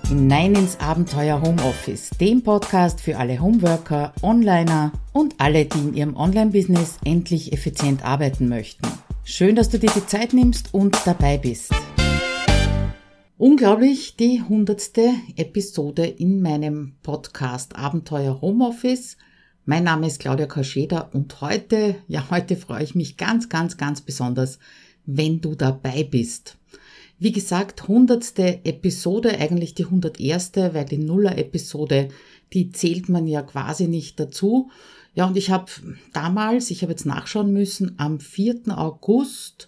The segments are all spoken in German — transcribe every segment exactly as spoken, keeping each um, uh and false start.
hinein ins Abenteuer Homeoffice, dem Podcast für alle Homeworker, Onliner und alle, die in ihrem Online-Business endlich effizient arbeiten möchten. Schön, dass du dir die Zeit nimmst und dabei bist. Unglaublich, die hundertste Episode in meinem Podcast Abenteuer Homeoffice. Mein Name ist Claudia Kascheda und heute, ja heute freue ich mich ganz, ganz, ganz besonders, wenn du dabei bist. Wie gesagt, hundertste Episode, eigentlich die hunderterste, weil die Nuller-Episode, die zählt man ja quasi nicht dazu. Ja, und ich habe damals, ich habe jetzt nachschauen müssen, am vierten August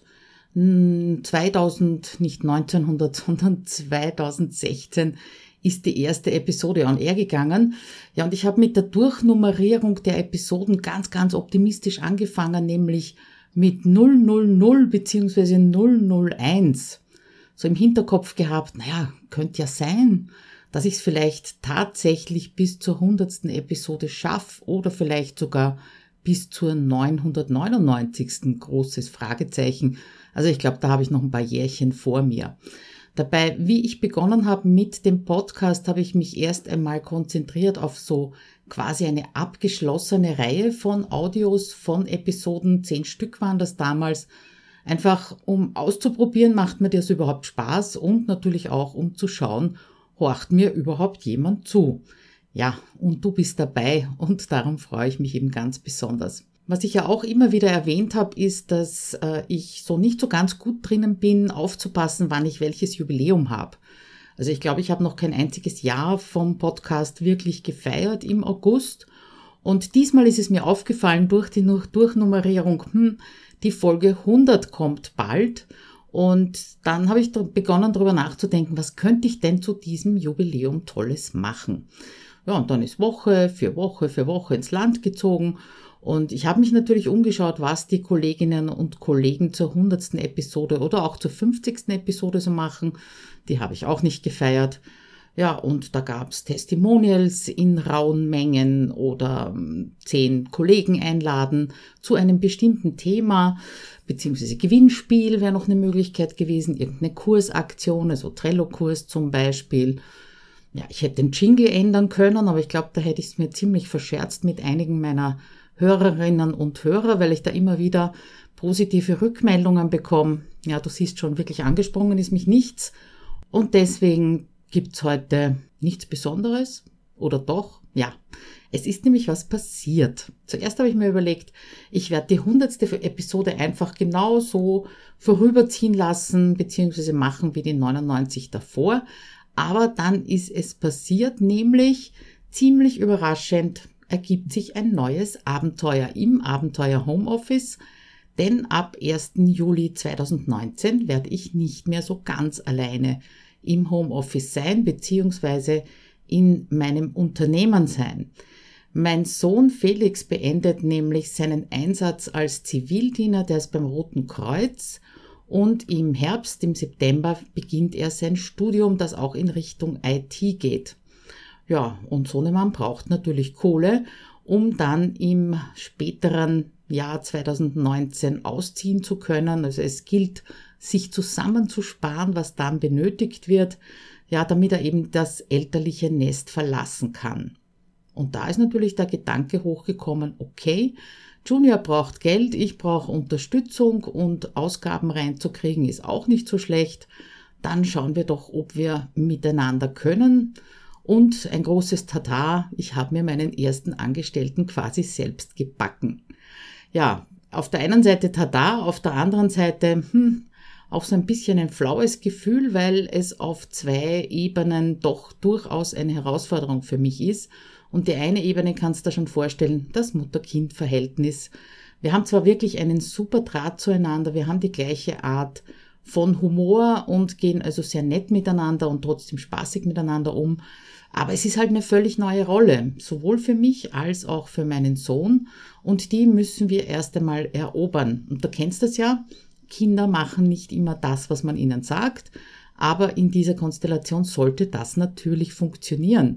zweitausend, nicht neunzehnhundert, sondern zweitausendsechzehn ist die erste Episode on air gegangen. Ja, und ich habe mit der Durchnummerierung der Episoden ganz, ganz optimistisch angefangen, nämlich mit null null null bzw. null null eins. So im Hinterkopf gehabt, naja, könnte ja sein, dass ich es vielleicht tatsächlich bis zur hundertsten Episode schaffe oder vielleicht sogar bis zur neunhundertneunundneunzigsten großes Fragezeichen. Also ich glaube, da habe ich noch ein paar Jährchen vor mir. Dabei, wie ich begonnen habe mit dem Podcast, habe ich mich erst einmal konzentriert auf so quasi eine abgeschlossene Reihe von Audios, von Episoden, zehn Stück waren das damals, einfach um auszuprobieren, macht mir das überhaupt Spaß und natürlich auch um zu schauen, horcht mir überhaupt jemand zu. Ja, und du bist dabei und darum freue ich mich eben ganz besonders. Was ich ja auch immer wieder erwähnt habe, ist, dass äh, ich so nicht so ganz gut drinnen bin, aufzupassen, wann ich welches Jubiläum habe. Also ich glaube, ich habe noch kein einziges Jahr vom Podcast wirklich gefeiert im August. Und diesmal ist es mir aufgefallen durch die Durchnummerierung, hm, die Folge hundert kommt bald. Und dann habe ich begonnen, darüber nachzudenken, was könnte ich denn zu diesem Jubiläum Tolles machen? Ja, und dann ist Woche für Woche für Woche ins Land gezogen. Und ich habe mich natürlich umgeschaut, was die Kolleginnen und Kollegen zur hundertsten Episode oder auch zur fünfzigsten Episode so machen. Die habe ich auch nicht gefeiert. Ja, und da gab's Testimonials in rauen Mengen oder zehn Kollegen einladen zu einem bestimmten Thema, beziehungsweise Gewinnspiel wäre noch eine Möglichkeit gewesen, irgendeine Kursaktion, also Trello-Kurs zum Beispiel. Ja, ich hätte den Jingle ändern können, aber ich glaube, da hätte ich es mir ziemlich verscherzt mit einigen meiner Hörerinnen und Hörer, weil ich da immer wieder positive Rückmeldungen bekomme. Ja, du siehst schon, wirklich angesprungen ist mich nichts und deswegen gibt's heute nichts Besonderes oder doch? Ja, es ist nämlich was passiert. Zuerst habe ich mir überlegt, ich werde die hundertste Episode einfach genauso vorüberziehen lassen bzw. machen wie die neunundneunzig davor. Aber dann ist es passiert, nämlich ziemlich überraschend ergibt sich ein neues Abenteuer im Abenteuer Homeoffice, denn ab ersten Juli zweitausendneunzehn werde ich nicht mehr so ganz alleine im Homeoffice sein, beziehungsweise in meinem Unternehmen sein. Mein Sohn Felix beendet nämlich seinen Einsatz als Zivildiener, der ist beim Roten Kreuz und im Herbst, im September beginnt er sein Studium, das auch in Richtung I T geht. Ja, und so ein Mann braucht natürlich Kohle, um dann im späteren Jahr zweitausendneunzehn ausziehen zu können. Also es gilt, sich zusammenzusparen, was dann benötigt wird, ja, damit er eben das elterliche Nest verlassen kann. Und da ist natürlich der Gedanke hochgekommen, okay, Junior braucht Geld, ich brauche Unterstützung und Ausgaben reinzukriegen ist auch nicht so schlecht. Dann schauen wir doch, ob wir miteinander können. Und ein großes Tada, ich habe mir meinen ersten Angestellten quasi selbst gebacken. Ja, auf der einen Seite Tada, auf der anderen Seite hm, auch so ein bisschen ein flaues Gefühl, weil es auf zwei Ebenen doch durchaus eine Herausforderung für mich ist. Und die eine Ebene kannst du dir schon vorstellen, das Mutter-Kind-Verhältnis. Wir haben zwar wirklich einen super Draht zueinander, wir haben die gleiche Art von Humor und gehen also sehr nett miteinander und trotzdem spaßig miteinander um. Aber es ist halt eine völlig neue Rolle, sowohl für mich als auch für meinen Sohn. Und die müssen wir erst einmal erobern. Und du kennst das ja, Kinder machen nicht immer das, was man ihnen sagt. Aber in dieser Konstellation sollte das natürlich funktionieren.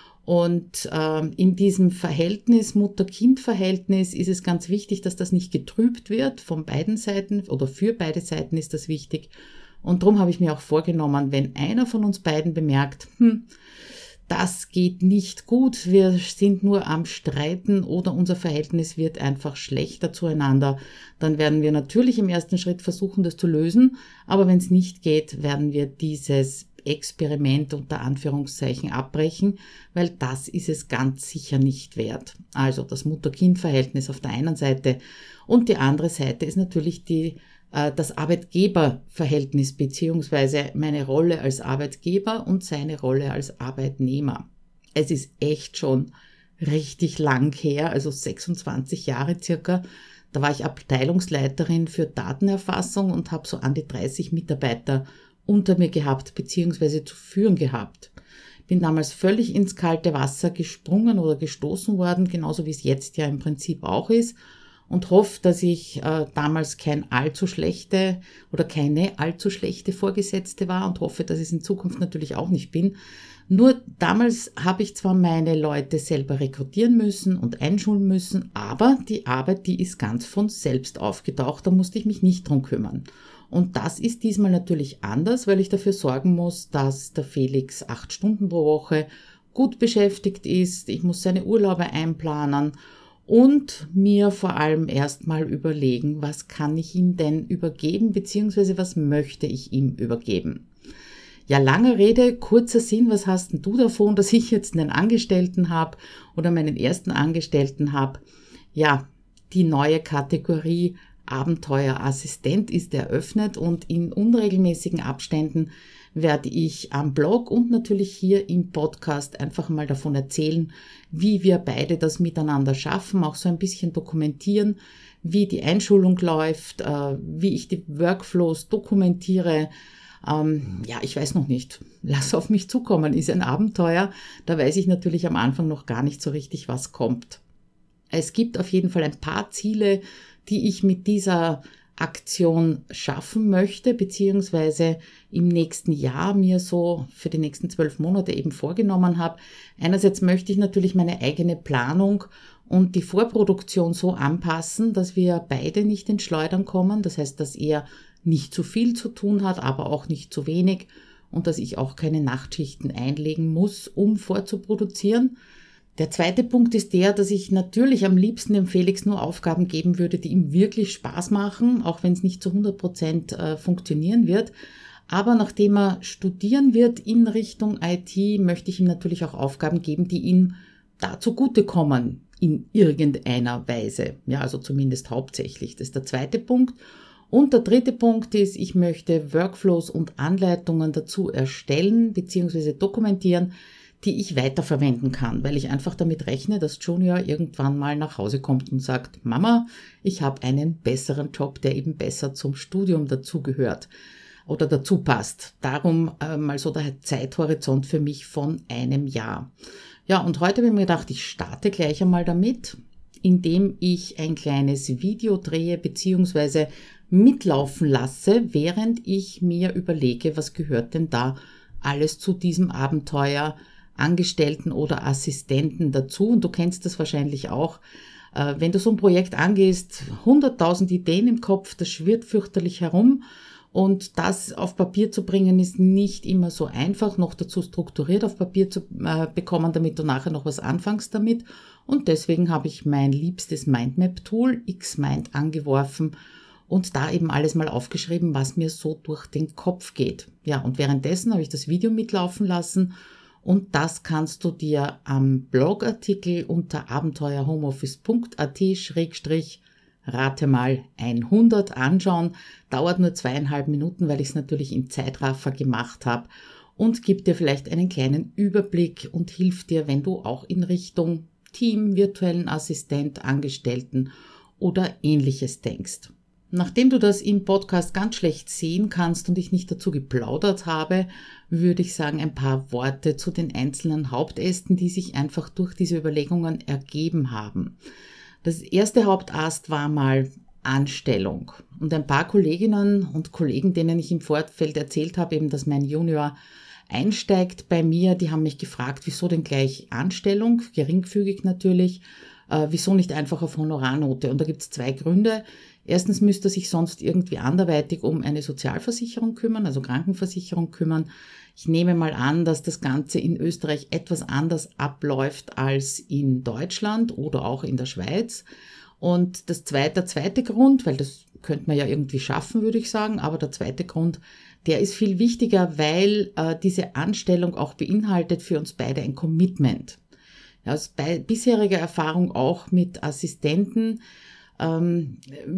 Und äh, in diesem Verhältnis, Mutter-Kind-Verhältnis, ist es ganz wichtig, dass das nicht getrübt wird von beiden Seiten oder für beide Seiten ist das wichtig. Und darum habe ich mir auch vorgenommen, wenn einer von uns beiden bemerkt, hm, das geht nicht gut, wir sind nur am Streiten oder unser Verhältnis wird einfach schlechter zueinander, dann werden wir natürlich im ersten Schritt versuchen, das zu lösen, aber wenn es nicht geht, werden wir dieses Experiment unter Anführungszeichen abbrechen, weil das ist es ganz sicher nicht wert. Also das Mutter-Kind-Verhältnis auf der einen Seite und die andere Seite ist natürlich die das Arbeitgeberverhältnis beziehungsweise meine Rolle als Arbeitgeber und seine Rolle als Arbeitnehmer. Es ist echt schon richtig lang her, also sechsundzwanzig Jahre circa. Da war ich Abteilungsleiterin für Datenerfassung und habe so an die dreißig Mitarbeiter unter mir gehabt beziehungsweise zu führen gehabt. Bin damals völlig ins kalte Wasser gesprungen oder gestoßen worden, genauso wie es jetzt ja im Prinzip auch ist. Und hoffe, dass ich äh, damals kein allzu schlechte oder keine allzu schlechte Vorgesetzte war und hoffe, dass ich es in Zukunft natürlich auch nicht bin. Nur damals habe ich zwar meine Leute selber rekrutieren müssen und einschulen müssen, aber die Arbeit, die ist ganz von selbst aufgetaucht, da musste ich mich nicht drum kümmern. Und das ist diesmal natürlich anders, weil ich dafür sorgen muss, dass der Felix acht Stunden pro Woche gut beschäftigt ist, ich muss seine Urlaube einplanen und mir vor allem erstmal überlegen, was kann ich ihm denn übergeben, beziehungsweise was möchte ich ihm übergeben. Ja, lange Rede, kurzer Sinn, was hast denn du davon, dass ich jetzt einen Angestellten habe oder meinen ersten Angestellten habe? Ja, die neue Kategorie Abenteuerassistent ist eröffnet und in unregelmäßigen Abständen werde ich am Blog und natürlich hier im Podcast einfach mal davon erzählen, wie wir beide das miteinander schaffen, auch so ein bisschen dokumentieren, wie die Einschulung läuft, wie ich die Workflows dokumentiere. Ähm, ja, ich weiß noch nicht. Lass auf mich zukommen, ist ein Abenteuer. Da weiß ich natürlich am Anfang noch gar nicht so richtig, was kommt. Es gibt auf jeden Fall ein paar Ziele, die ich mit dieser Aktion schaffen möchte, beziehungsweise im nächsten Jahr mir so für die nächsten zwölf Monate eben vorgenommen habe. Einerseits möchte ich natürlich meine eigene Planung und die Vorproduktion so anpassen, dass wir beide nicht ins Schleudern kommen. Das heißt, dass er nicht zu viel zu tun hat, aber auch nicht zu wenig und dass ich auch keine Nachtschichten einlegen muss, um vorzuproduzieren. Der zweite Punkt ist der, dass ich natürlich am liebsten dem Felix nur Aufgaben geben würde, die ihm wirklich Spaß machen, auch wenn es nicht zu hundert Prozent äh, funktionieren wird. Aber nachdem er studieren wird in Richtung I T, möchte ich ihm natürlich auch Aufgaben geben, die ihm da zugutekommen in irgendeiner Weise. Ja, also zumindest hauptsächlich. Das ist der zweite Punkt. Und der dritte Punkt ist, ich möchte Workflows und Anleitungen dazu erstellen bzw. dokumentieren, die ich weiterverwenden kann, weil ich einfach damit rechne, dass Junior irgendwann mal nach Hause kommt und sagt, Mama, ich habe einen besseren Job, der eben besser zum Studium dazugehört oder dazu passt. Darum äh, mal so der Zeithorizont für mich von einem Jahr. Ja, und heute habe ich mir gedacht, ich starte gleich einmal damit, indem ich ein kleines Video drehe bzw. mitlaufen lasse, während ich mir überlege, was gehört denn da alles zu diesem Abenteuer Angestellten oder Assistenten dazu. Und du kennst das wahrscheinlich auch. Äh, wenn du so ein Projekt angehst, hunderttausend Ideen im Kopf, das schwirrt fürchterlich herum. Und das auf Papier zu bringen, ist nicht immer so einfach, noch dazu strukturiert auf Papier zu äh, bekommen, damit du nachher noch was anfängst damit. Und deswegen habe ich mein liebstes Mindmap-Tool, Xmind, angeworfen und da eben alles mal aufgeschrieben, was mir so durch den Kopf geht. Ja, und währenddessen habe ich das Video mitlaufen lassen. Und das kannst du dir am Blogartikel unter abenteuerhomeoffice punkt a t schrägstrich rate mal hundert anschauen. Dauert nur zweieinhalb Minuten, weil ich es natürlich im Zeitraffer gemacht habe und gibt dir vielleicht einen kleinen Überblick und hilft dir, wenn du auch in Richtung Team, virtuellen Assistent, Angestellten oder ähnliches denkst. Nachdem du das im Podcast ganz schlecht sehen kannst und ich nicht dazu geplaudert habe, würde ich sagen, ein paar Worte zu den einzelnen Hauptästen, die sich einfach durch diese Überlegungen ergeben haben. Das erste Hauptast war mal Anstellung. Und ein paar Kolleginnen und Kollegen, denen ich im Vorfeld erzählt habe, eben, dass mein Junior einsteigt bei mir, die haben mich gefragt, wieso denn gleich Anstellung, geringfügig natürlich, äh, wieso nicht einfach auf Honorarnote? Und da gibt es zwei Gründe. Erstens müsste er sich sonst irgendwie anderweitig um eine Sozialversicherung kümmern, also Krankenversicherung kümmern. Ich nehme mal an, dass das Ganze in Österreich etwas anders abläuft als in Deutschland oder auch in der Schweiz. Und das zweite, der zweite Grund, weil das könnte man ja irgendwie schaffen, würde ich sagen, aber der zweite Grund, der ist viel wichtiger, weil äh, diese Anstellung auch beinhaltet für uns beide ein Commitment. Ja, aus bei, bisheriger Erfahrung auch mit Assistenten, ähm,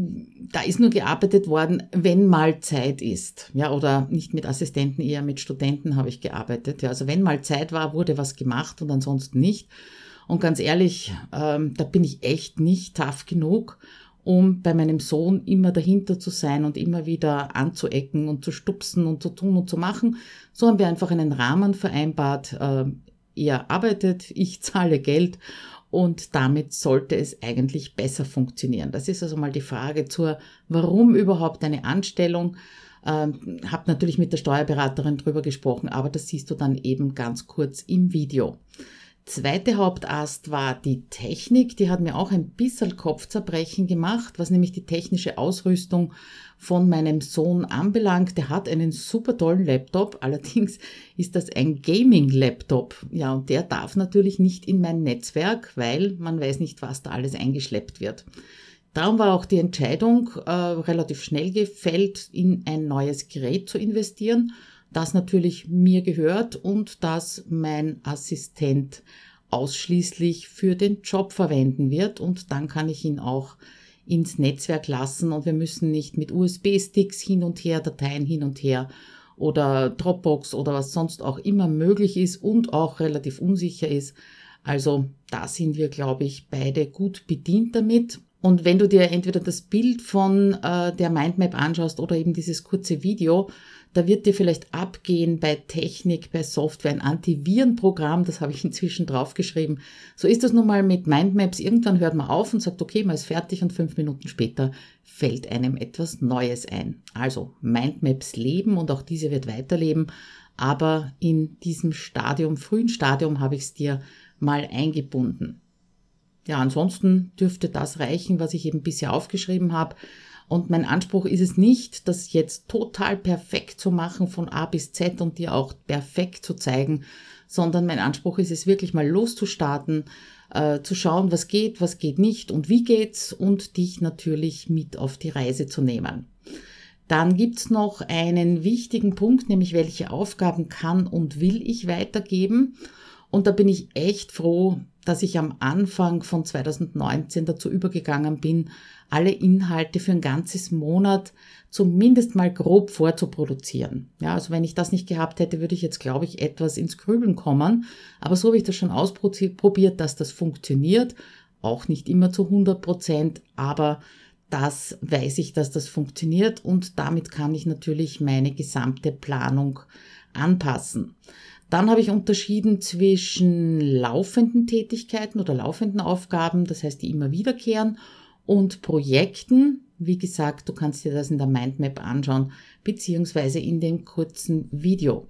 da ist nur gearbeitet worden, wenn mal Zeit ist. Ja, oder nicht mit Assistenten, eher mit Studenten habe ich gearbeitet. Ja, also wenn mal Zeit war, wurde was gemacht und ansonsten nicht. Und ganz ehrlich, ähm, da bin ich echt nicht tough genug, um bei meinem Sohn immer dahinter zu sein und immer wieder anzuecken und zu stupsen und zu tun und zu machen. So haben wir einfach einen Rahmen vereinbart. Äh, er arbeitet, ich zahle Geld und damit sollte es eigentlich besser funktionieren. Das ist also mal die Frage zur, warum überhaupt eine Anstellung. Ähm, habe natürlich mit der Steuerberaterin drüber gesprochen, aber das siehst du dann eben ganz kurz im Video. Zweite Hauptast war die Technik, die hat mir auch ein bisschen Kopfzerbrechen gemacht, was nämlich die technische Ausrüstung von meinem Sohn anbelangt. Der hat einen super tollen Laptop, allerdings ist das ein Gaming-Laptop. Ja, und der darf natürlich nicht in mein Netzwerk, weil man weiß nicht, was da alles eingeschleppt wird. Darum war auch die Entscheidung äh, relativ schnell gefällt, in ein neues Gerät zu investieren, das natürlich mir gehört und das mein Assistent ausschließlich für den Job verwenden wird. Und dann kann ich ihn auch ins Netzwerk lassen und wir müssen nicht mit U S B-Sticks hin und her, Dateien hin und her oder Dropbox oder was sonst auch immer möglich ist und auch relativ unsicher ist. Also da sind wir, glaube ich, beide gut bedient damit. Und wenn du dir entweder das Bild von äh, der Mindmap anschaust oder eben dieses kurze Video, da wird dir vielleicht abgehen bei Technik, bei Software, ein Antivirenprogramm, das habe ich inzwischen draufgeschrieben. So ist das nun mal mit Mindmaps. Irgendwann hört man auf und sagt, okay, man ist fertig und fünf Minuten später fällt einem etwas Neues ein. Also Mindmaps leben und auch diese wird weiterleben, aber in diesem Stadium, frühen Stadium habe ich es dir mal eingebunden. Ja, ansonsten dürfte das reichen, was ich eben bisher aufgeschrieben habe. Und mein Anspruch ist es nicht, das jetzt total perfekt zu machen von A bis Z und dir auch perfekt zu zeigen, sondern mein Anspruch ist es wirklich mal loszustarten, äh, zu schauen, was geht, was geht nicht und wie geht's und dich natürlich mit auf die Reise zu nehmen. Dann gibt's noch einen wichtigen Punkt, nämlich welche Aufgaben kann und will ich weitergeben. Und da bin ich echt froh, dass ich am Anfang von zwanzig neunzehn dazu übergegangen bin, alle Inhalte für ein ganzes Monat zumindest mal grob vorzuproduzieren. Ja, also wenn ich das nicht gehabt hätte, würde ich jetzt, glaube ich, etwas ins Grübeln kommen. Aber so habe ich das schon ausprobiert, dass das funktioniert. Auch nicht immer zu hundert Prozent, aber das weiß ich, dass das funktioniert und damit kann ich natürlich meine gesamte Planung anpassen. Dann habe ich unterschieden zwischen laufenden Tätigkeiten oder laufenden Aufgaben, das heißt, die immer wiederkehren, und Projekten. Wie gesagt, du kannst dir das in der Mindmap anschauen, beziehungsweise in dem kurzen Video.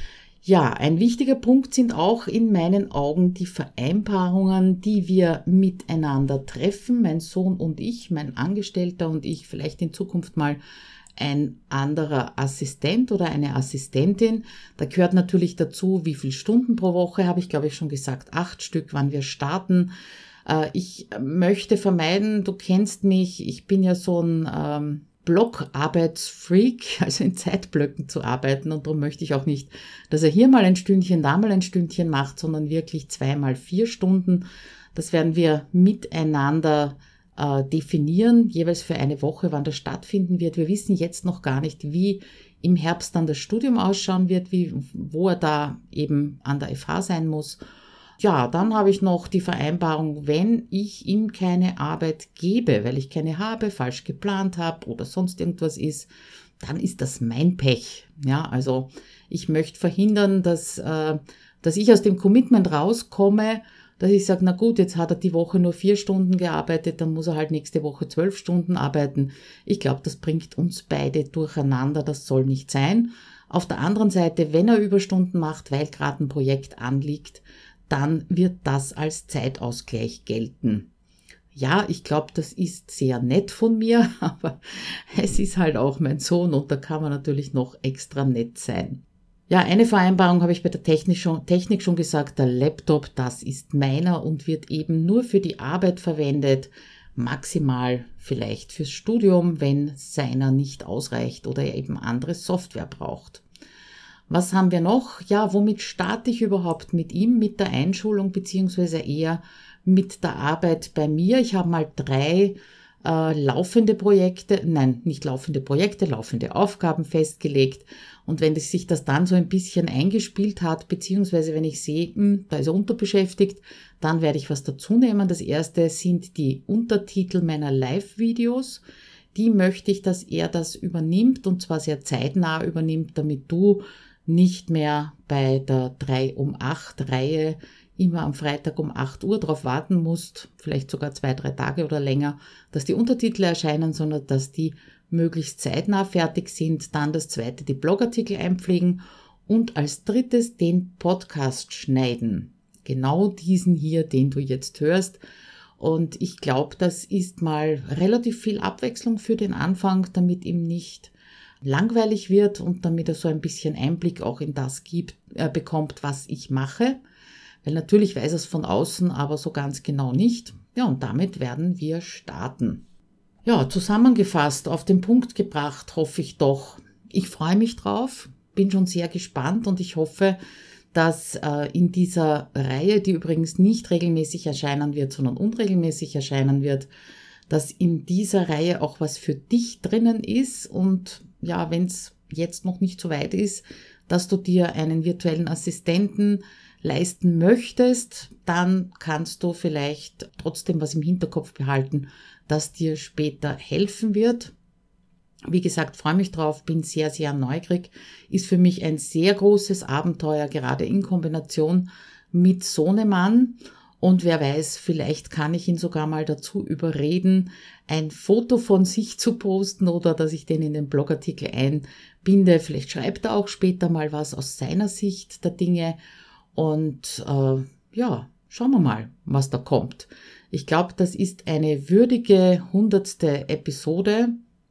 Ja, ein wichtiger Punkt sind auch in meinen Augen die Vereinbarungen, die wir miteinander treffen, mein Sohn und ich, mein Angestellter und ich, vielleicht in Zukunft mal ein anderer Assistent oder eine Assistentin. Da gehört natürlich dazu, wie viele Stunden pro Woche, habe ich glaube ich schon gesagt, acht Stück, wann wir starten. Ich möchte vermeiden, du kennst mich, ich bin ja so ein ähm, Blockarbeitsfreak, also in Zeitblöcken zu arbeiten und darum möchte ich auch nicht, dass er hier mal ein Stündchen, da mal ein Stündchen macht, sondern wirklich zweimal vier Stunden. Das werden wir miteinander äh, definieren, jeweils für eine Woche, wann das stattfinden wird. Wir wissen jetzt noch gar nicht, wie im Herbst dann das Studium ausschauen wird, wie, wo er da eben an der F H sein muss. Ja, dann habe ich noch die Vereinbarung, wenn ich ihm keine Arbeit gebe, weil ich keine habe, falsch geplant habe oder sonst irgendwas ist, dann ist das mein Pech. Ja, also ich möchte verhindern, dass, äh, dass ich aus dem Commitment rauskomme, dass ich sage, na gut, jetzt hat er die Woche nur vier Stunden gearbeitet, dann muss er halt nächste Woche zwölf Stunden arbeiten. Ich glaube, das bringt uns beide durcheinander, das soll nicht sein. Auf der anderen Seite, wenn er Überstunden macht, weil gerade ein Projekt anliegt, dann wird das als Zeitausgleich gelten. Ja, ich glaube, das ist sehr nett von mir, aber es ist halt auch mein Sohn und da kann man natürlich noch extra nett sein. Ja, eine Vereinbarung habe ich bei der Technik schon, Technik schon gesagt, der Laptop, das ist meiner und wird eben nur für die Arbeit verwendet, maximal vielleicht fürs Studium, wenn seiner nicht ausreicht oder er eben andere Software braucht. Was haben wir noch? Ja, womit starte ich überhaupt mit ihm, mit der Einschulung beziehungsweise eher mit der Arbeit bei mir? Ich habe mal drei äh, laufende Projekte, nein, nicht laufende Projekte, laufende Aufgaben festgelegt. Und wenn sich das dann so ein bisschen eingespielt hat, beziehungsweise wenn ich sehe, mh, da ist er unterbeschäftigt, dann werde ich was dazu nehmen. Das erste sind die Untertitel meiner Live-Videos. Die möchte ich, dass er das übernimmt und zwar sehr zeitnah übernimmt, damit du nicht mehr bei der drei um acht Reihe immer am Freitag um acht Uhr drauf warten musst, vielleicht sogar zwei, drei Tage oder länger, dass die Untertitel erscheinen, sondern dass die möglichst zeitnah fertig sind. Dann das zweite, die Blogartikel einpflegen und als drittes den Podcast schneiden. Genau diesen hier, den du jetzt hörst. Und ich glaube, das ist mal relativ viel Abwechslung für den Anfang, damit ihm nicht langweilig wird und damit er so ein bisschen Einblick auch in das gibt, äh, bekommt, was ich mache. Weil natürlich weiß er es von außen, aber so ganz genau nicht. Ja, und damit werden wir starten. Ja, zusammengefasst, auf den Punkt gebracht, hoffe ich doch. Ich freue mich drauf, bin schon sehr gespannt und ich hoffe, dass äh, in dieser Reihe, die übrigens nicht regelmäßig erscheinen wird, sondern unregelmäßig erscheinen wird, dass in dieser Reihe auch was für dich drinnen ist und ja, wenn es jetzt noch nicht so weit ist, dass du dir einen virtuellen Assistenten leisten möchtest, dann kannst du vielleicht trotzdem was im Hinterkopf behalten, das dir später helfen wird. Wie gesagt, freue mich drauf, bin sehr, sehr neugierig. Ist für mich ein sehr großes Abenteuer, gerade in Kombination mit Sohnemann. Und wer weiß, vielleicht kann ich ihn sogar mal dazu überreden, ein Foto von sich zu posten oder dass ich den in den Blogartikel einbinde. Vielleicht schreibt er auch später mal was aus seiner Sicht der Dinge. Und äh, ja, schauen wir mal, was da kommt. Ich glaube, das ist eine würdige hundertste Episode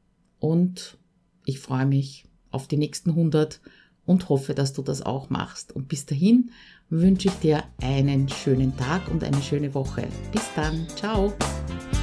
und ich freue mich auf die nächsten hundert und hoffe, dass du das auch machst. Und bis dahin wünsche ich dir einen schönen Tag und eine schöne Woche. Bis dann. Ciao.